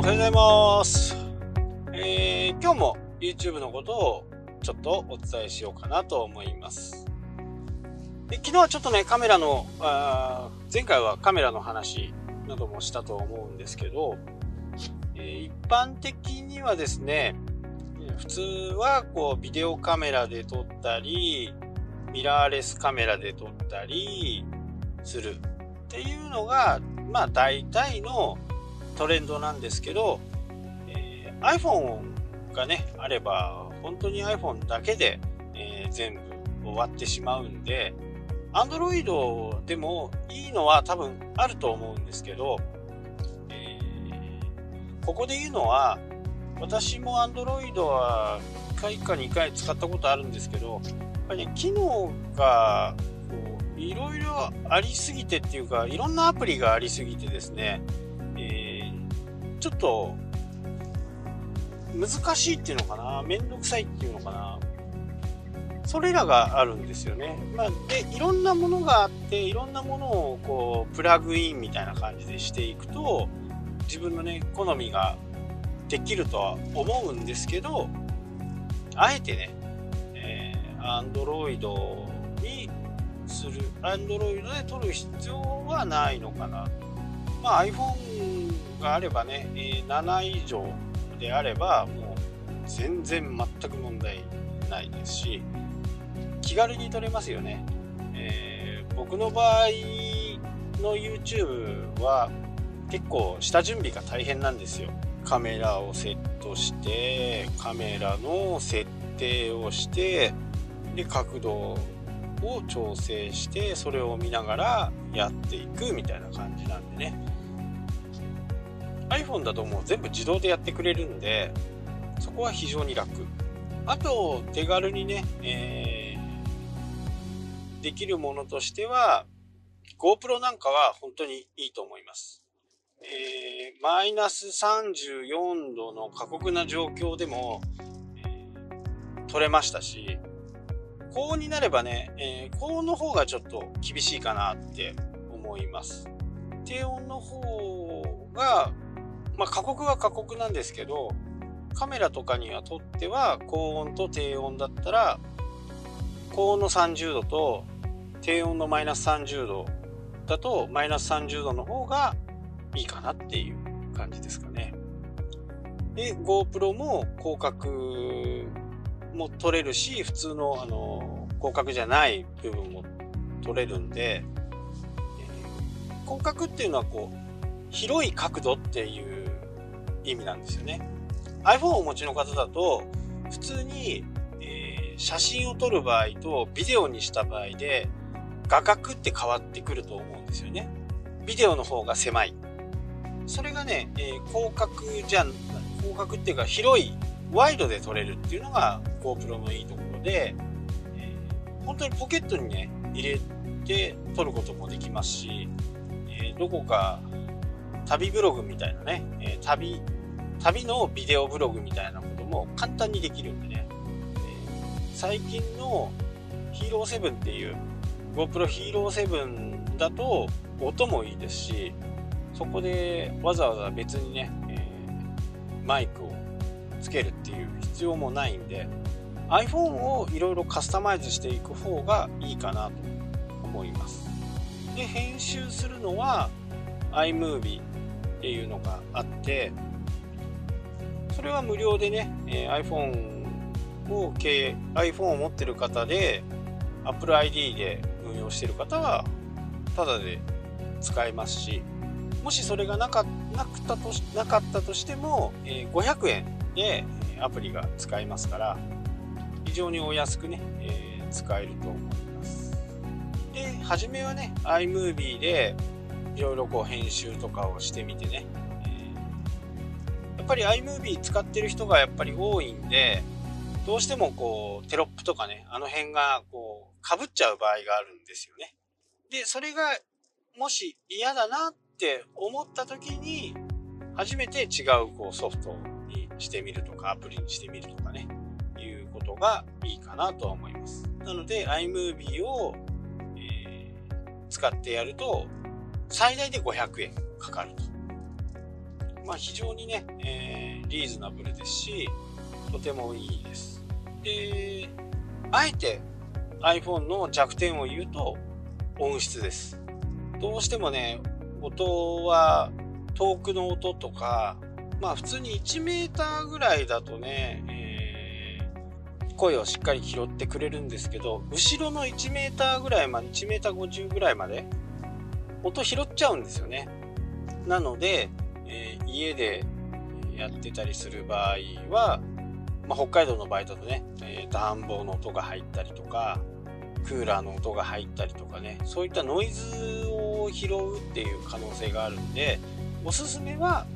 はようございます。今日も YouTube のことをちょっとお伝えしようかなと思います。で、昨日はちょっとね、前回はカメラの話などもしたと思うんですけど、一般的にはですね、普通はビデオカメラで撮ったり、ミラーレスカメラで撮ったりするっていうのが、大体のトレンドなんですけど、iPhone がねあれば本当に iPhone だけで、全部終わってしまうんで、 Android でもいいのは多分あると思うんですけど、ここで言うのは、私も Android は1回か2回使ったことあるんですけど、やっぱりね、機能がいろいろありすぎてっていうか、いろんなアプリがありすぎてですね、ちょっと難しいっていうのかな、めんどくさいっていうのかな、それらがあるんですよね。で、いろんなものがあって、いろんなものをプラグインみたいな感じでしていくと、自分のね好みができるとは思うんですけど、あえてね、Android にする、Android で撮る必要はないのかな。iPhone があればね、7以上であればもう全然全く問題ないですし、気軽に撮れますよね。僕の場合の YouTube は結構下準備が大変なんですよ。カメラをセットして、カメラの設定をして、で角度を調整して、それを見ながらやっていくみたいな感じなんでね。 iPhone だともう全部自動でやってくれるんで、そこは非常に楽。あと手軽にね、できるものとしては GoPro なんかは本当にいいと思います。マイナス34度の過酷な状況でも、撮れましたし、高温になればね、高温の方がちょっと厳しいかなって思います。低温の方が、過酷は過酷なんですけど、カメラとかにはとっては高温と低温だったら、高温の30度と低温のマイナス30度だと、マイナス30度の方がいいかなっていう感じですかね。で GoPro も広角も撮れるし、普通の広角じゃない部分も撮れるんで、広角っていうのは広い角度っていう意味なんですよね。 iPhone をお持ちの方だと普通に、写真を撮る場合とビデオにした場合で画角って変わってくると思うんですよね。ビデオの方が狭い。それがね、広角っていうか広いワイドで撮れるっていうのが GoPro のいいところで、本当にポケットにね入れて撮ることもできますし、どこか旅ブログみたいなね、旅のビデオブログみたいなことも簡単にできるんでね、最近のヒーロー7っていう GoPro ヒーロー7だと音もいいですし、そこでわざわざ別にね、マイクをつけるっていう必要もないんで、 iPhone をいろいろカスタマイズしていく方がいいかなと思います。で、編集するのは iMovie っていうのがあって、それは無料でね、iPhone を持ってる方で Apple ID で運用してる方はタダで使えますし、もしそれがなかったとしても、500円でアプリが使えますから、非常にお安くね、使えると思います。で、初めはね iMovie でいろいろ編集とかをしてみてね、やっぱり iMovie 使ってる人がやっぱり多いんで、どうしてもテロップとかね、あの辺が被っちゃう場合があるんですよね。で、それがもし嫌だなって思った時に初めて違うソフトにしてみるとか、アプリにしてみるとかね、いうことがいいかなとは思います。なので iMovie を、使ってやると最大で500円かかると。 非常にね、リーズナブルですし、とてもいいです。で、あえて iPhone の弱点を言うと音質です。どうしてもね、音は遠くの音とか、普通に1メーターぐらいだとね、声をしっかり拾ってくれるんですけど、後ろの1メーターぐらいまで、1メーター50ぐらいまで音拾っちゃうんですよね。なので、家でやってたりする場合は、北海道の場合だとね、暖房の音が入ったりとか、クーラーの音が入ったりとかね、そういったノイズを拾うっていう可能性があるんで、おすすめは、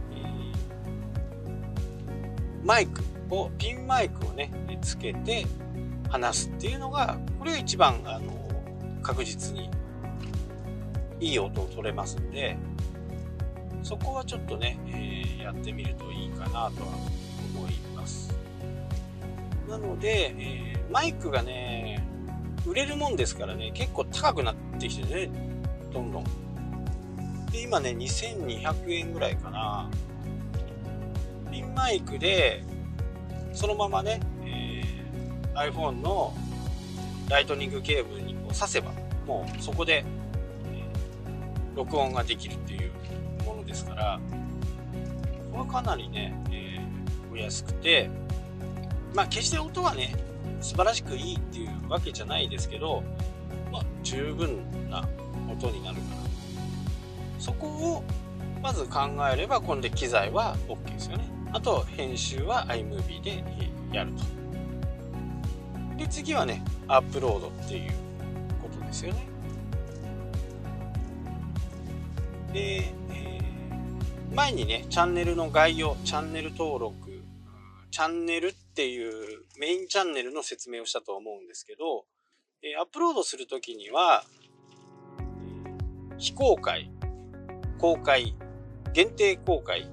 ピンマイクをねつけて話すっていうのが、これが一番確実にいい音を取れますんで、そこはちょっとね、やってみるといいかなとは思います。なので、マイクがね売れるもんですからね、結構高くなってきてね、どんどんで、今ね2200円ぐらいかな。ピンマイクでそのままね、iPhone のライトニングケーブルにこう挿せば、もうそこで、録音ができるっていうものですから、これはかなりね、お安くて、決して音はね素晴らしくいいっていうわけじゃないですけど、十分な音になるから、そこをまず考えれば、これで機材は OK ですよね。あと編集は iMovie でやると。で、次はねアップロードっていうことですよね。で、前にねチャンネルの概要、チャンネル登録、チャンネルっていうメインチャンネルの説明をしたと思うんですけど、アップロードするときには、非公開、公開、限定公開、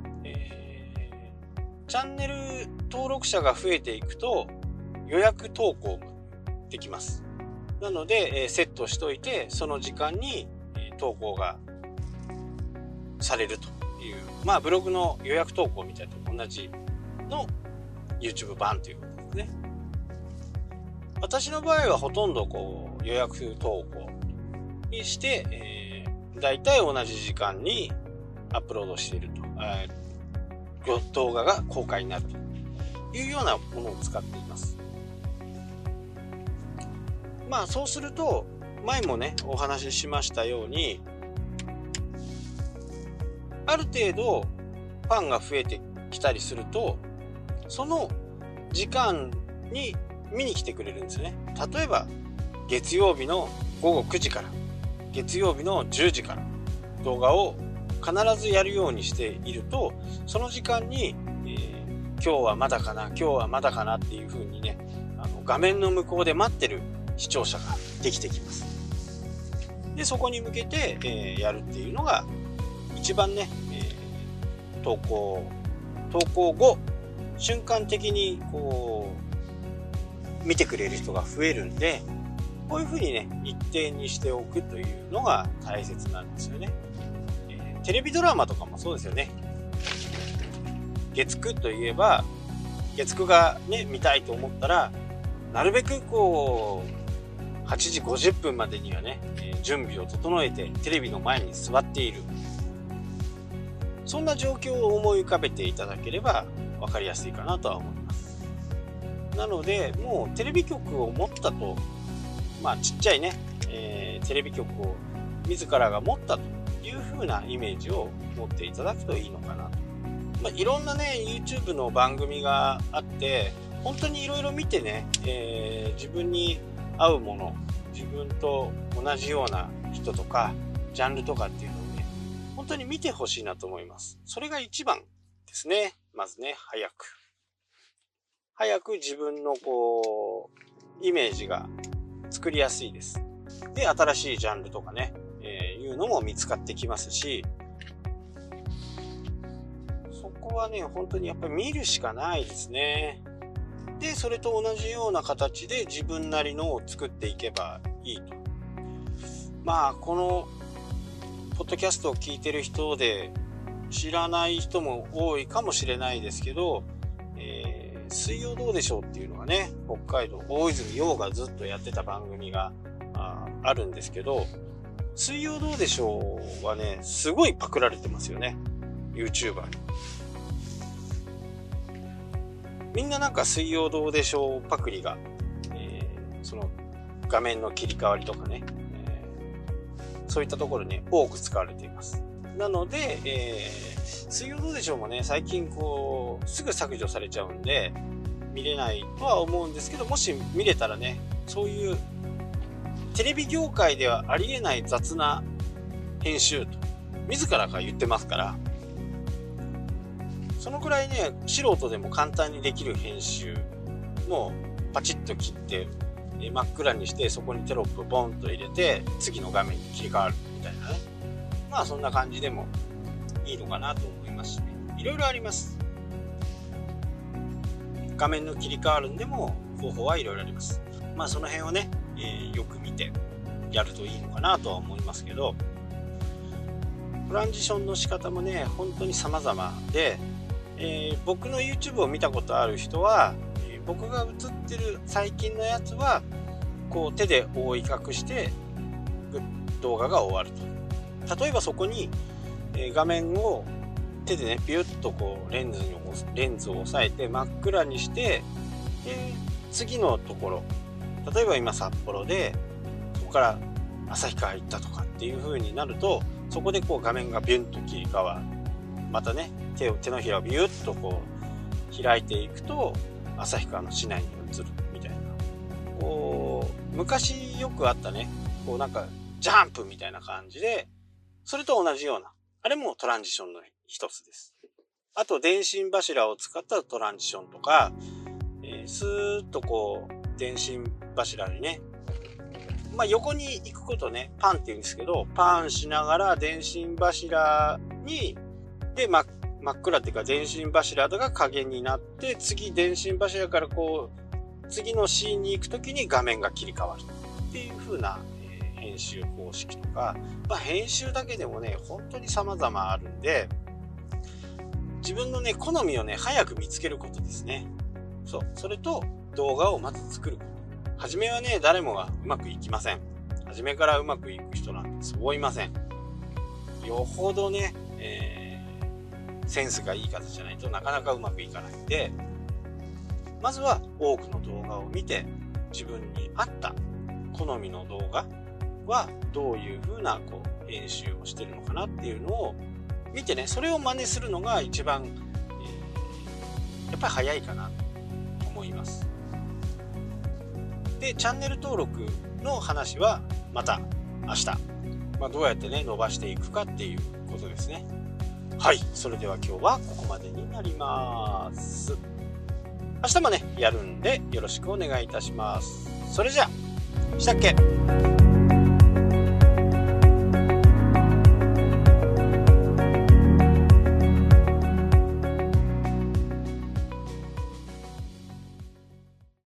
チャンネル登録者が増えていくと予約投稿もできます。なので、セットしといて、その時間に投稿がされるという、ブログの予約投稿みたいと同じの YouTube 版ということですね。私の場合はほとんどこう予約投稿にして、だいたい同じ時間にアップロードしていると、動画が公開になるというようなものを使っています。そうすると、前もねお話ししましたように、ある程度ファンが増えてきたりすると、その時間に見に来てくれるんですよね。例えば月曜日の午後9時から月曜日の10時から動画を必ずやるようにしていると、その時間に、今日はまだかな、今日はまだかなっていう風にね、画面の向こうで待ってる視聴者ができてきます。で、そこに向けて、やるっていうのが一番ね、投稿後瞬間的にこう見てくれる人が増えるんで、こういう風にね一定にしておくというのが大切なんですよね。テレビドラマとかもそうですよね。月9といえば、月9がね見たいと思ったら、なるべくこう8時50分までにはね、準備を整えてテレビの前に座っている、そんな状況を思い浮かべていただければ分かりやすいかなとは思います。なので、もうテレビ局を持ったと、ちっちゃいね、テレビ局を自らが持ったという風なイメージを持っていただくといいのかなと。いろんなね YouTube の番組があって、本当にいろいろ見てね、自分に合うもの、自分と同じような人とかジャンルとかっていうのをね、本当に見てほしいなと思います。それが一番ですね。まずね、早く自分のこうイメージが作りやすいです。で、新しいジャンルとかね、いうのも見つかってきますし、そこはね本当にやっぱり見るしかないですね。で、それと同じような形で自分なりのを作っていけばいいと。このポッドキャストを聞いてる人で知らない人も多いかもしれないですけど、水曜どうでしょうっていうのがね、北海道大泉洋がずっとやってた番組があるんですけど、水曜どうでしょうはね、すごいパクられてますよね、 YouTuber に。みんななんか水曜どうでしょうパクリが、その画面の切り替わりとかね、そういったところに多く使われています。なので、水曜どうでしょうもね、最近こうすぐ削除されちゃうんで見れないとは思うんですけど、もし見れたらね、そういうテレビ業界ではありえない雑な編集と自らが言ってますから、そのくらいね、素人でも簡単にできる編集もパチッと切って真っ暗にして、そこにテロップボンと入れて次の画面に切り替わるみたいなね、まあそんな感じでもいいのかなと思いますしね。いろいろあります。画面の切り替わるんでも方法はいろいろあります。まあその辺をね、よく見てやるといいのかなとは思いますけど、トランジションの仕方もね、本当に様々で、僕の YouTube を見たことある人は、僕が映ってる最近のやつはこう手で覆い隠して動画が終わると。例えばそこに、画面を手でねビュッとこうレンズを押さえて真っ暗にして、次のところ、例えば今札幌でそこから旭川行ったとかっていう風になると、そこでこう画面がビュンと切り替わる。またね、手のひらをビュッとこう開いていくと旭川の市内に移るみたいな、こう昔よくあったね、こうなんかジャンプみたいな感じで、それと同じような、あれもトランジションの一つです。あと電信柱を使ったトランジションとか、スーッとこう電信柱にね、まあ横に行くことね、パンって言うんですけど、パンしながら電信柱にで真っ暗っていうか、電信柱が影になって、次電信柱からこう次のシーンに行くときに画面が切り替わるっていう風な、編集方式とか、まあ、編集だけでもね本当に様々あるんで、自分のね好みをね早く見つけることですね。それと動画をまず作ること。初めはね誰もがうまくいきません。初めからうまくいく人なんてそういません。よほどね、センスがいい方じゃないとなかなかうまくいかないんで、まずは多くの動画を見て、自分に合った好みの動画はどういう風なこう編集をしてるのかなっていうのを見てね、それを真似するのが一番、やっぱり早いかなと思います。で、チャンネル登録の話はまた明日、どうやってね伸ばしていくかっていうことですね。はい、それでは今日はここまでになります。明日もねやるんでよろしくお願いいたします。それじゃあ、したっけ。